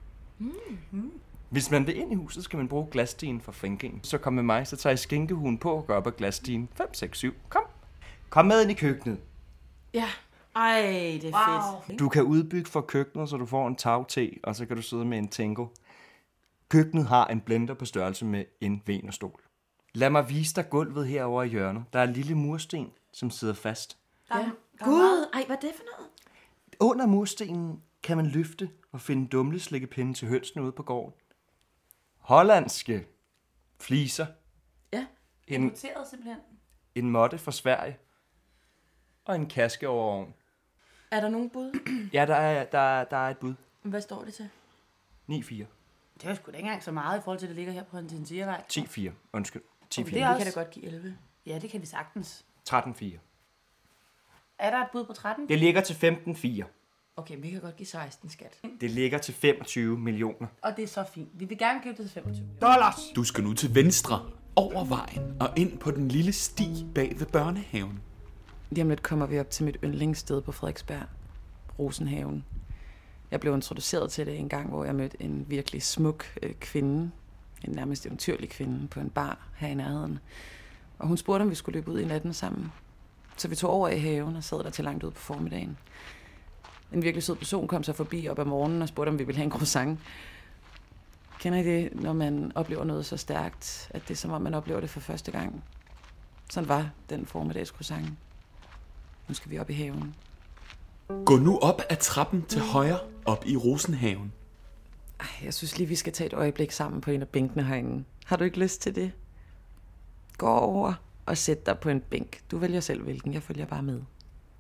Hvis man vil ind i huset, skal man bruge glasstigen for fænkingen. Så kom med mig, så tager I skinkehuen på og går op ad glasstigen. 5, 6, 7. Kom med ind i køkkenet. Ja. Ej, det er fedt. Du kan udbygge for køkkenet, så du får en tagte, og så kan du sidde med en Tango. Køkkenet har en blender på størrelse med en venerstol. Lad mig vise dig gulvet herovre i hjørnet. Der er en lille mursten, som sidder fast. Gud, ej, hvad er det for noget? Under murstenen kan man løfte og finde dumleslikkepinde til hønsene ude på gården. Hollandske fliser. Ja. Importeret simpelthen. En måtte fra Sverige. Og en kaske over ovnen. Er der nogen bud? Ja, der er et bud. Hvad står det til? 9-4. Det er jo sgu da ikke engang så meget i forhold til, det ligger her på Hortensiavej. 10-4. Undskyld. 10-4. Det er også... Vi kan da godt give 11. Ja, det kan vi sagtens. 13-4. Er der et bud på 13? Det ligger til 15-4. Okay, vi kan godt give 16, skat. Det ligger til 25 millioner. Og det er så fint. Vi vil gerne købe det til 25. Dollars! Du skal nu til venstre, over vejen og ind på den lille sti bag ved børnehaven. Lige om lidt kommer vi op til mit yndlingssted på Frederiksberg, Rosenhaven. Jeg blev introduceret til det en gang, hvor jeg mødte en virkelig smuk kvinde, en nærmest eventyrlig kvinde på en bar her i nærheden. Og hun spurgte, om vi skulle løbe ud i natten sammen. Så vi tog over i haven og sad der til langt ud på formiddagen. En virkelig sød person kom så forbi op ad morgenen og spurgte, om vi ville have en croissant. Kender I det, når man oplever noget så stærkt, at det er som om, man oplever det for første gang? Sådan var den formiddags croissant. Nu skal vi op i haven. Gå nu op ad trappen til højre, op i Rosenhaven. Jeg synes lige, vi skal tage et øjeblik sammen på en af bænkene herinde. Har du ikke lyst til det? Gå over og sæt dig på en bænk. Du vælger selv hvilken, jeg følger bare med.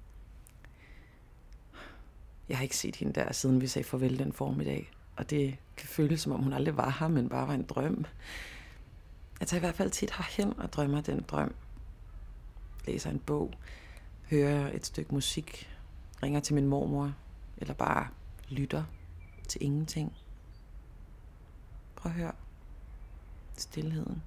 Jeg har ikke set hende der, siden vi sagde farvel den formiddag. Og det kan føles, som om hun aldrig var her, men bare var en drøm. Jeg tager i hvert fald tit herhen og drømmer den drøm. Læser en bog, hører et stykke musik, ringer til min mormor, eller bare lytter til ingenting. Prøv at høre. Stilheden.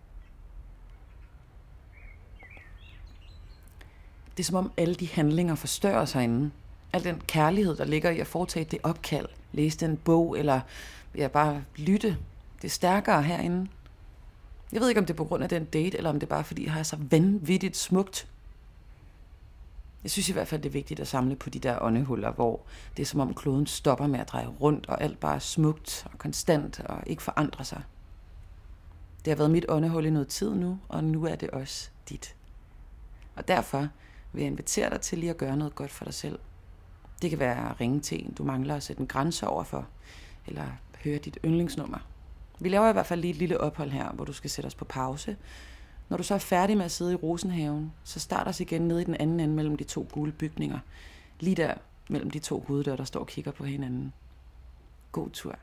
Det er som om alle de handlinger forstørrer sig inden. Al den kærlighed, der ligger i at foretage det opkald, læse den bog, eller bare lytte. Det er stærkere herinde. Jeg ved ikke, om det er på grund af den date, eller om det er bare, fordi jeg har så vanvittigt smukt. Jeg synes i hvert fald, det er vigtigt at samle på de der åndehuller, hvor det er som om kloden stopper med at dreje rundt, og alt bare er smukt og konstant og ikke forandrer sig. Det har været mit åndehul i noget tid nu, og nu er det også dit. Og derfor vil jeg invitere dig til lige at gøre noget godt for dig selv. Det kan være at ringe til en, du mangler at sætte en grænse over for, eller høre dit yndlingsnummer. Vi laver i hvert fald lige et lille ophold her, hvor du skal sætte os på pause. Når du så er færdig med at sidde i Rosenhaven, så start os igen nede i den anden ende mellem de to gule bygninger. Lige der mellem de to hoveddøre, der står og kigger på hinanden. God tur.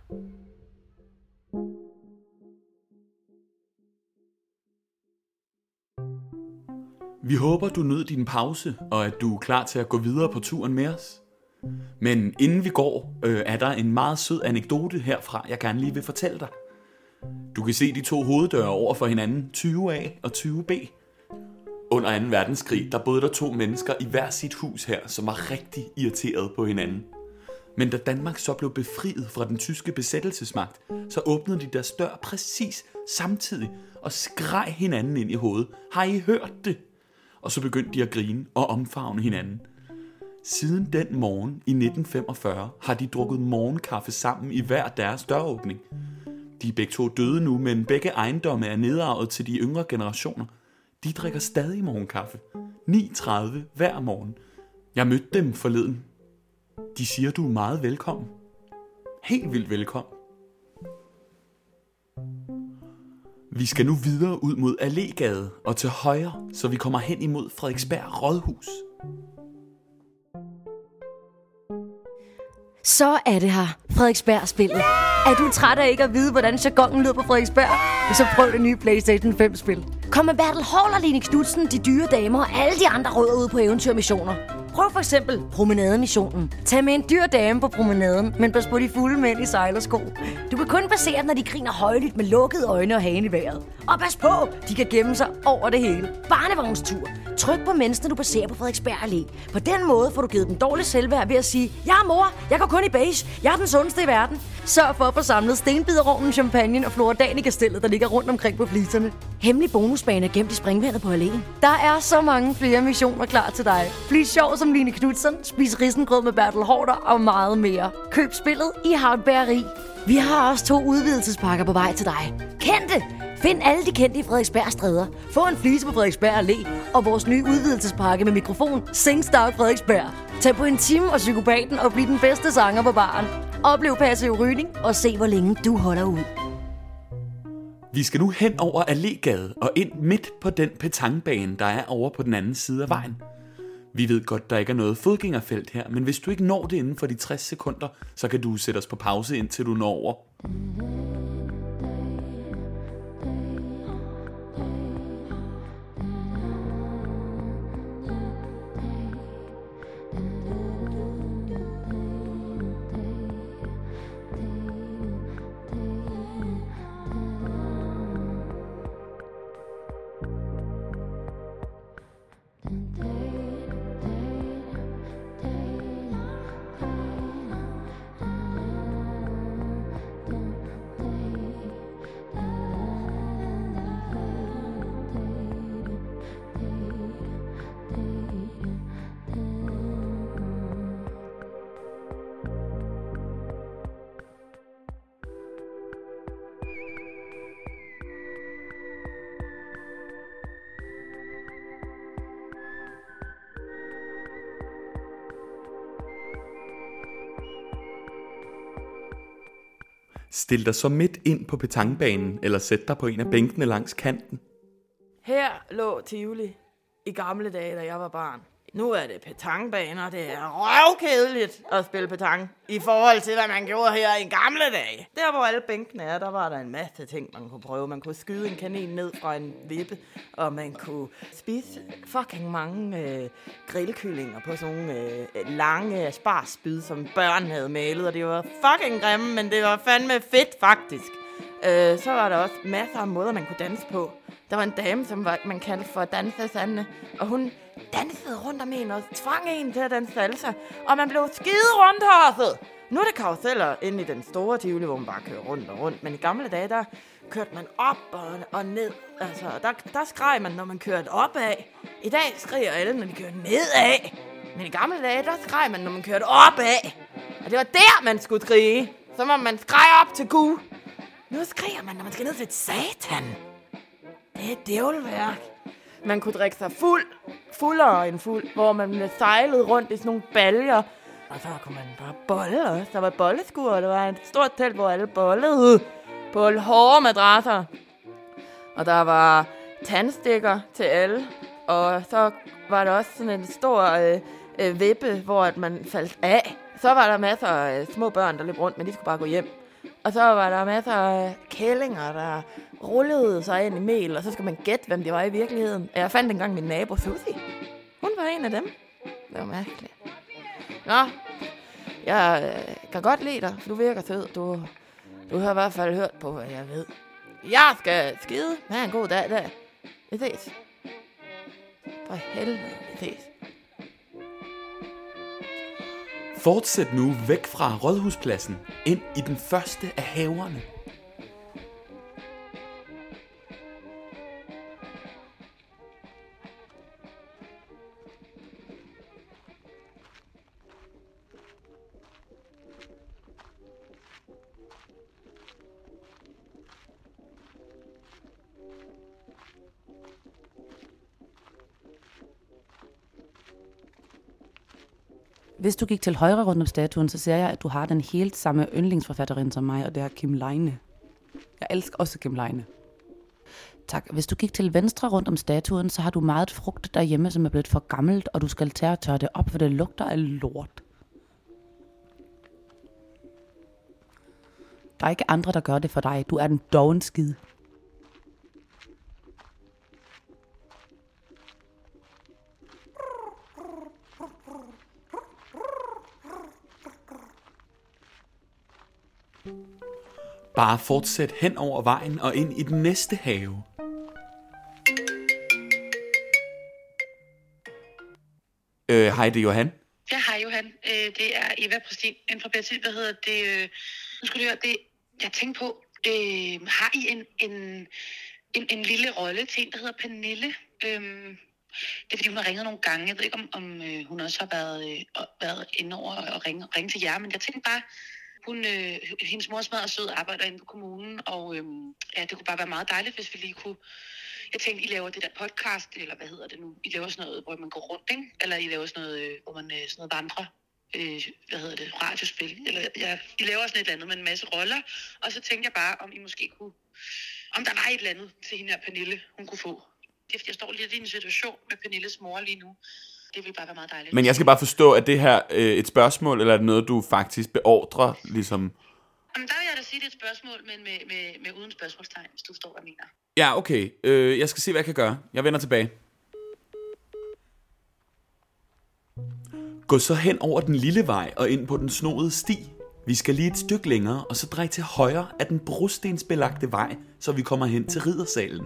Vi håber, du nød din pause, og at du er klar til at gå videre på turen med os. Men inden vi går, er der en meget sød anekdote herfra, jeg gerne lige vil fortælle dig. Du kan se de to hoveddøre over for hinanden, 20A og 20B. Under 2. verdenskrig, der boede der to mennesker i hver sit hus her, som var rigtig irriteret på hinanden. Men da Danmark så blev befriet fra den tyske besættelsesmagt, så åbnede de deres dør præcis samtidig og skreg hinanden ind i hovedet. Har I hørt det? Og så begyndte de at grine og omfavne hinanden. Siden den morgen i 1945 har de drukket morgenkaffe sammen i hver deres døråbning. De er begge to døde nu, men begge ejendomme er nedarvet til de yngre generationer. De drikker stadig morgenkaffe. 9:30 hver morgen. Jeg mødte dem forleden. De siger, du er meget velkommen. Helt vildt velkommen. Vi skal nu videre ud mod Allégade og til højre, så vi kommer hen imod Frederiksberg Rådhus. Så er det her, Frederiksberg-spillet. Er du træt af ikke at vide, hvordan jargonen lyder på Frederiksberg? Så prøv det nye PlayStation 5-spil. Kom med Bertel Haarder, Line Knudsen, De Dyre Damer og alle de andre rødder ud på eventyrmissioner. Prøv for eksempel promenademissionen. Tag med en dyr dame på promenaden, men pas på de fulde mænd i sejlersko. Du kan kun passere dem, når de griner højlydt med lukkede øjne og hagen i vejret. Og pas på, de kan gemme sig over det hele. Barnevognstur. Tryk på menneskene, du passerer på Frederiksberg Allé. På den måde får du givet dem dårligt selvværd ved at sige, jeg er mor, jeg går kun i beige, jeg er den sundeste i verden. Sørg for at få samlet stenbiderrovnen, champagne og Floridanica-stillet, der ligger rundt omkring på fliserne. Hemmelig bonusbane er gemt i springvandet på alléen. Der er så mange flere missioner klar til dig. Bliv sjov som Line Knudsen, spis risengrød med Bertel Haarder og meget mere. Køb spillet i Havnbæreri. Vi har også 2 udvidelsespakker på vej til dig. Kendte! Find alle de kendte i Frederiksberg Stræder. Få en flise på Frederiksberg Allé og vores nye udvidelsespakke med mikrofon SingStar Frederiksberg. Tag på Intime og Psykopaten og bliv den bedste sanger på baren. Oplev passiv rygning og se, hvor længe du holder ud. Vi skal nu hen over Allégade og ind midt på den petanquebane, der er over på den anden side af vejen. Vi ved godt, der ikke er noget fodgængerfelt her, men hvis du ikke når det inden for de 60 sekunder, så kan du sætte os på pause, indtil du når over. Stil dig så midt ind på petanquebanen, eller sæt dig på en af bænkene langs kanten. Her lå Tivoli i gamle dage, da jeg var barn. Nu er det petanquebaner, det er røvkedeligt at spille petanque i forhold til, hvad man gjorde her i gamle dage. Der, hvor alle bænkene er, der var der en masse ting, man kunne prøve. Man kunne skyde en kanin ned fra en vippe, og man kunne spise fucking mange grillkyllinger på sådan nogle lange asparspyd, som børn havde malet, og det var fucking grimme, men det var fandme fedt faktisk. Så var der også masser af måder, man kunne danse på. Der var en dame, som man kaldte for Dansesande, og hun dansede rundt om en og tvang en til at danse salsa, og man blev skide rundhårset. Nu er det karuseller inde i den store Tivoli, hvor man bare kører rundt og rundt, men i gamle dage, der kørte man op og ned. Altså, der skreg man, når man kørte opad. I dag skriger alle, når de kører nedad. Men i gamle dage, der skreg man, når man kørte opad. Og det var der, man skulle skrige. Så må man skrige op til Gud. Nu skriger man, når man skal ned til et satan. Det er djævelværk. Man kunne drikke sig fuldere end fuld, hvor man blev sejlet rundt i sådan nogle baljer. Og så kunne man bare bolle også. Der var bolleskur, og der var et stort telt, hvor alle bollede på hårde madrasser. Og der var tandstikker til alle. Og så var der også sådan en stor vippe, hvor at man faldt af. Så var der masser af små børn, der løb rundt, men de skulle bare gå hjem. Og så var der masser af kællinger, der rullede sig ind i mel, og så skal man gætte, hvem det var i virkeligheden. Jeg fandt engang min nabo, Susie. Hun var en af dem. Det var mærkeligt. Nå, jeg kan godt lide dig, for du virker sød. Du har i hvert fald hørt på, hvad jeg ved. Jeg skal skide. Ha' en god dag der. Vi ses. For helvede, vi ses. Fortsæt nu væk fra Rådhuspladsen, ind i den første af haverne. Hvis du gik til højre rundt om statuen, så ser jeg, at du har den helt samme yndlingsforfatterin som mig, og det er Kim Leine. Jeg elsker også Kim Leine. Tak. Hvis du gik til venstre rundt om statuen, så har du meget frugt derhjemme, som er blevet for gammelt, og du skal tage og tørre det op, for det lugter af lort. Der er ikke andre, der gør det for dig. Du er den doven skid. Bare fortsæt hen over vejen og ind i den næste have. Hej, det er Johan. Ja, hej Johan. Det er Eva Præstin, en fra Betty. Hvad hedder det? Nu skal du høre, det jeg tænkte på. Har I en lille rolle til en, der hedder Pernille? Det er fordi, hun har ringet nogle gange. Jeg ved ikke, om hun også har været inde over og ringe til jer, men jeg tænkte bare, hendes mor er smadret sød og arbejder inde på kommunen, og ja, det kunne bare være meget dejligt, hvis vi lige kunne... Jeg tænkte, I laver det der podcast, eller hvad hedder det nu? I laver sådan noget, hvor man går rundt, ikke? Eller I laver sådan noget, hvor man sådan noget vandrer, radiospil. Eller ja, I laver sådan et eller andet med en masse roller. Og så tænkte jeg bare, om I måske kunne... Om der var et eller andet til hende her Pernille, hun kunne få. Det er fordi, jeg står lidt i en situation med Pernilles mor lige nu. Det ville bare være meget dejligt. Men jeg skal bare forstå, at det her et spørgsmål, eller er det noget, du faktisk beordrer, ligesom... Jamen, der vil jeg da sige, det er et spørgsmål, men med uden spørgsmålstegn, hvis du forstår, hvad jeg mener. Ja, okay. Jeg skal se, hvad jeg kan gøre. Jeg vender tilbage. Gå så hen over den lille vej og ind på den snoede sti. Vi skal lige et stykke længere, og så drej til højre af den brostensbelagte vej, så vi kommer hen til riddersalen.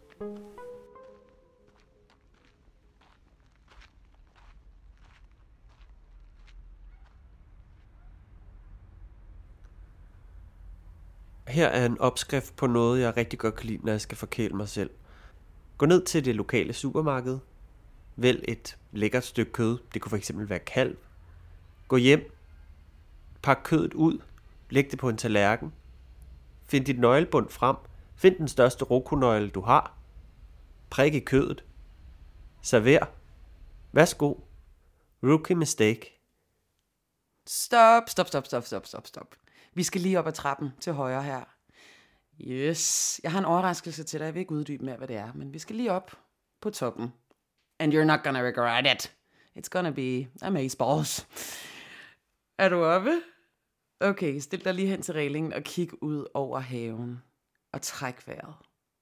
Her er en opskrift på noget, jeg rigtig godt kan lide, når jeg skal forkæle mig selv. Gå ned til det lokale supermarked. Vælg et lækkert stykke kød. Det kunne for eksempel være kalv. Gå hjem. Pak kødet ud. Læg det på en tallerken. Find dit nøglebund frem. Find den største rokonøgle, du har. Prik i kødet. Server. Værsgo. Rookie mistake. Stop. Vi skal lige op ad trappen til højre her. Yes. Jeg har en overraskelse til dig. Jeg vil ikke uddybe mere, hvad det er, men vi skal lige op på toppen. And you're not gonna regret it. It's gonna be amazeballs. Er du oppe? Okay, stil dig lige hen til reglingen og kig ud over haven. Og træk vejret.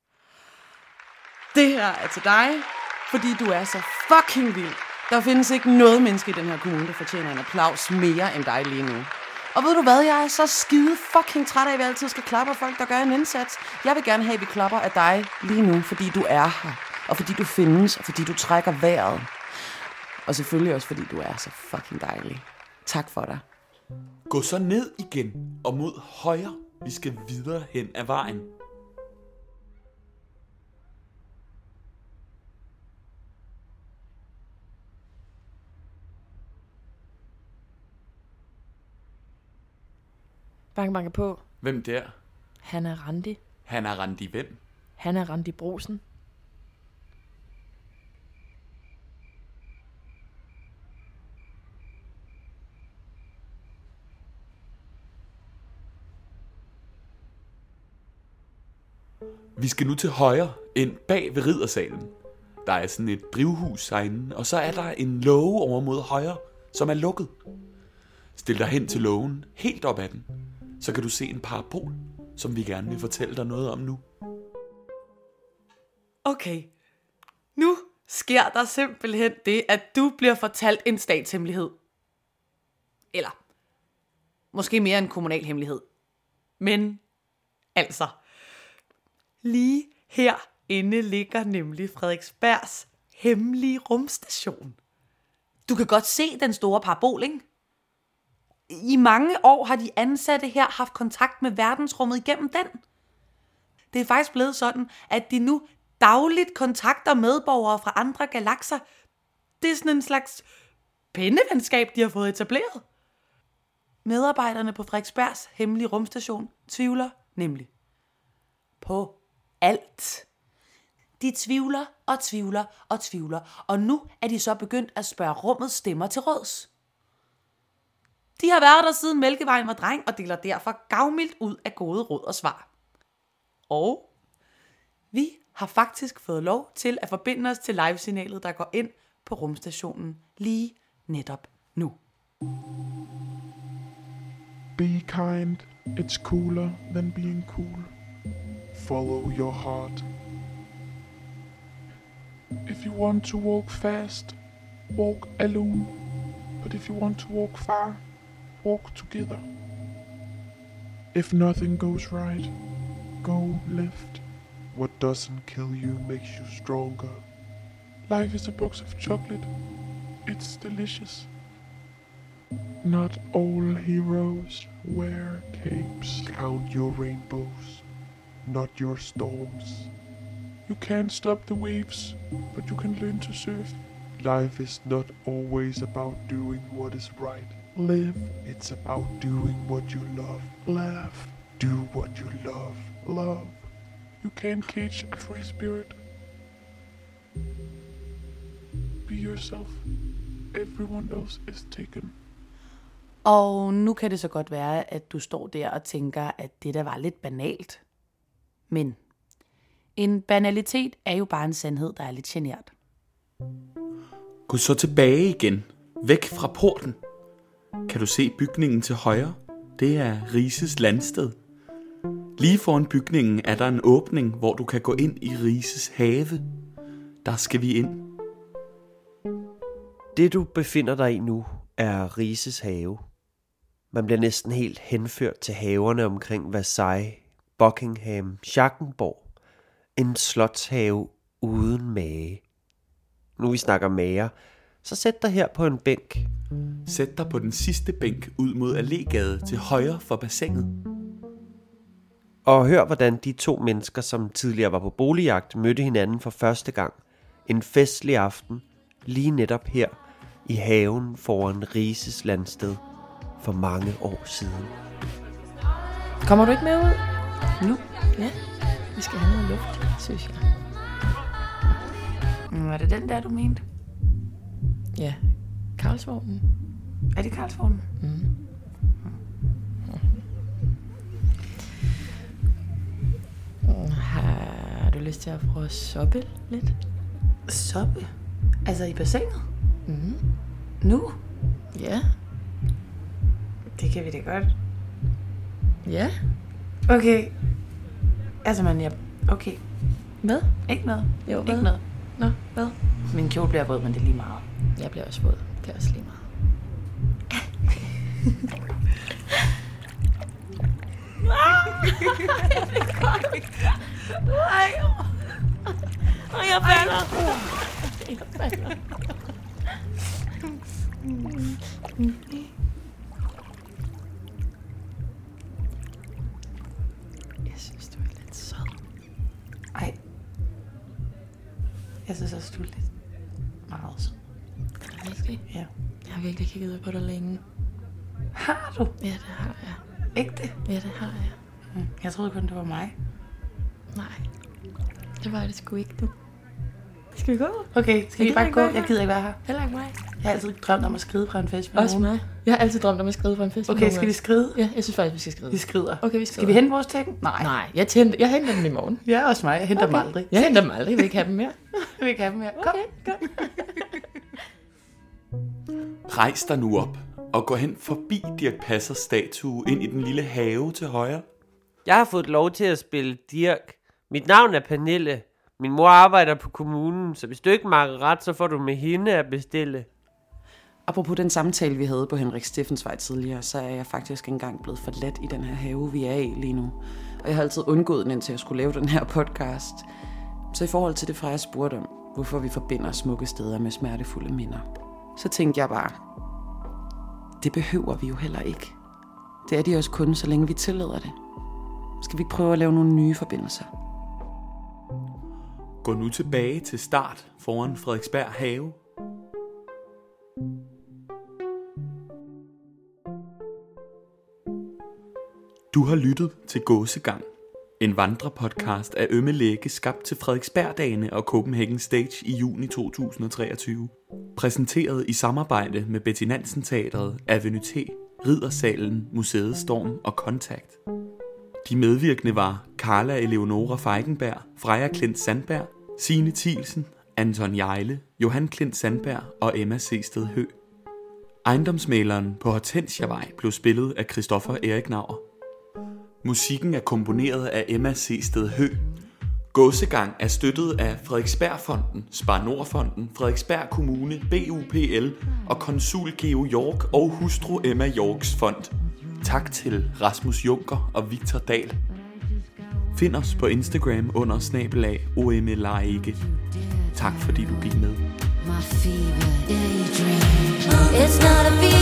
Det her er til dig, fordi du er så fucking vild. Der findes ikke noget menneske i den her kommune, der fortjener en applaus mere end dig lige nu. Og ved du hvad, jeg er så skide fucking træt af, at vi altid skal klappe af folk, der gør en indsats. Jeg vil gerne have, at vi klapper af dig lige nu, fordi du er her. Og fordi du findes, og fordi du trækker vejret. Og selvfølgelig også, fordi du er så fucking dejlig. Tak for dig. Gå så ned igen og mod højre. Vi skal videre hen ad vejen. Banke på. Hvem der? Han er Randi. Han er Randi hvem? Han er Randi Brosen. Vi skal nu til højre, ind bag ved riddersalen. Der er sådan et drivhus herinde, og så er der en låge over mod højre, som er lukket. Stil dig hen til lågen, helt op ad den. Så kan du se en parabol, som vi gerne vil fortælle dig noget om nu. Okay, nu sker der simpelthen det, at du bliver fortalt en statshemmelighed. Eller måske mere en kommunal hemmelighed. Men altså, lige herinde ligger nemlig Frederiksbergs hemmelige rumstation. Du kan godt se den store parabol, ikke? I mange år har de ansatte her haft kontakt med verdensrummet igennem den. Det er faktisk blevet sådan, at de nu dagligt kontakter medborgere fra andre galakser. Det er sådan en slags pennevenskab, de har fået etableret. Medarbejderne på Frederiksbergs hemmelige rumstation tvivler nemlig på alt. De tvivler og tvivler og tvivler, og nu er de så begyndt at spørge rummets stemmer til råds. De har været der siden Mælkevejen var dreng, og deler derfor gavmildt ud af gode råd og svar. Og vi har faktisk fået lov til at forbinde os til livesignalet, der går ind på rumstationen lige netop nu. Be kind, it's cooler than being cool. Follow your heart. If you want to walk fast, walk alone. But if you want to walk far, walk together. If nothing goes right, go left. What doesn't kill you makes you stronger. Life is a box of chocolate. It's delicious. Not all heroes wear capes. Count your rainbows, not your storms. You can't stop the waves, but you can learn to surf. Life is not always about doing what is right. Live, it's about doing what you love. Laugh, do what you love. Love, you can't cage a free spirit. Be yourself. Everyone else is taken. Og nu kan det så godt være, at du står der og tænker, at det der var lidt banalt. Men en banalitet er jo bare en sandhed, der er lidt genert. Gå så tilbage igen, væk fra porten. Kan du se bygningen til højre? Det er Rises landsted. Lige foran bygningen er der en åbning, hvor du kan gå ind i Rises have. Der skal vi ind. Det du befinder dig i nu er Rises have. Man bliver næsten helt henført til haverne omkring Versailles, Buckingham, Schackenborg. En slotshave uden mage. Nu vi snakker mager, så sæt dig her på en bænk. Sæt dig på den sidste bænk ud mod Allégade til højre for bassinet. Og hør hvordan de to mennesker, som tidligere var på boligjagt, mødte hinanden for første gang. En festlig aften, lige netop her i haven foran Rises landsted for mange år siden. Kommer du ikke med ud? Nu? Ja, vi skal have noget luft, synes jeg. Er det den der, du mente? Ja, Karlsvognen. Er det Karlsvognen? Har du lyst til at prøve at soppe lidt? Soppe? Altså i bassinet? Nu? Ja. Det kan vi da godt. Ja. Okay. Altså, men jeg... Okay. Hvad? Ikke noget. Jo, hvad? Ikke noget. Nå, hvad? Min kjole bliver våd, men det er lige meget. Jeg bliver også våd. Det er også lige meget. Ej, jeg falder. Jeg falder. Jeg synes, du er lidt sød. Ej. Jeg synes også, du er lidt meget sød. Virkelig? Ja. Jeg har virkelig kigget på dig længe. Har du? Ja, det har jeg. Ikke det? Ja, det har jeg. Jeg troede kun, det var mig. Nej, det var det sgu ikke, du. Skal vi gå? Okay, skal vi bare gå? Jeg gider ikke være her. Heller ikke mig. Jeg har altid drømt om at skride fra en fest med Også nogen. mig. Jeg har altid drømt om at skride fra en fest. Okay, skal vi skride? Ja, jeg synes faktisk, vi skal skride. Vi skrider. Okay, vi Skal vi hente vores ting? Nej. Nej, jeg henter dem i morgen. Ja, også mig. Jeg henter dem aldrig. Jeg henter dem aldrig. Jeg vil ikke have dem mere. Jeg vil ikke have dem mere. Kom. Okay, Rejs dig nu op og gå hen forbi Dirch Passers statue ind i den lille have til højre. Jeg har fået lov til at spille Dirch. Mit navn er Pernille. Min mor arbejder på kommunen, så hvis du ikke makker ret, så får du med hende at bestille. Apropos den samtale, vi havde på Henrik Steffensvej tidligere, så er jeg faktisk engang blevet forladt i den her have, vi er i lige nu. Og jeg har altid undgået den, indtil jeg skulle lave den her podcast. Så i forhold til det, Freja spurgte om, hvorfor vi forbinder smukke steder med smertefulde minder, så tænkte jeg bare, det behøver vi jo heller ikke. Det er de også kun, så længe vi tillader det. Skal vi ikke prøve at lave nogle nye forbindelser? Gå nu tilbage til start foran Frederiksberg have. Du har lyttet til Gåsegang, en vandrepodcast af Ømme Lægge skabt til Frederiksbergdagene og Copenhagen Stage i juni 2023. Præsenteret i samarbejde med Betty Nansen Teatret, Avenue T Riddersalen, Museet Storm og Kontakt. De medvirkende var Carla Eleonora Feigenberg, Freja Klint Sandberg, Signe Thielsen, Anton Jejle, Johan Klint Sandberg og Emma Sehsted Hø. Ejendomsmæleren på Hortensiavej blev spillet af Christoffer Erik Nauer. Musikken er komponeret af Emma Sehsted Hø. Gåsegang er støttet af Frederiksbergfonden, Spar Nord-fonden, Frederiksberg Kommune, BUPL og konsul Geo York og hustru Emma Yorks fond. Tak til Rasmus Junker og Victor Dahl. Find os på Instagram under @OMLaike. Tak fordi du gik med. It's not a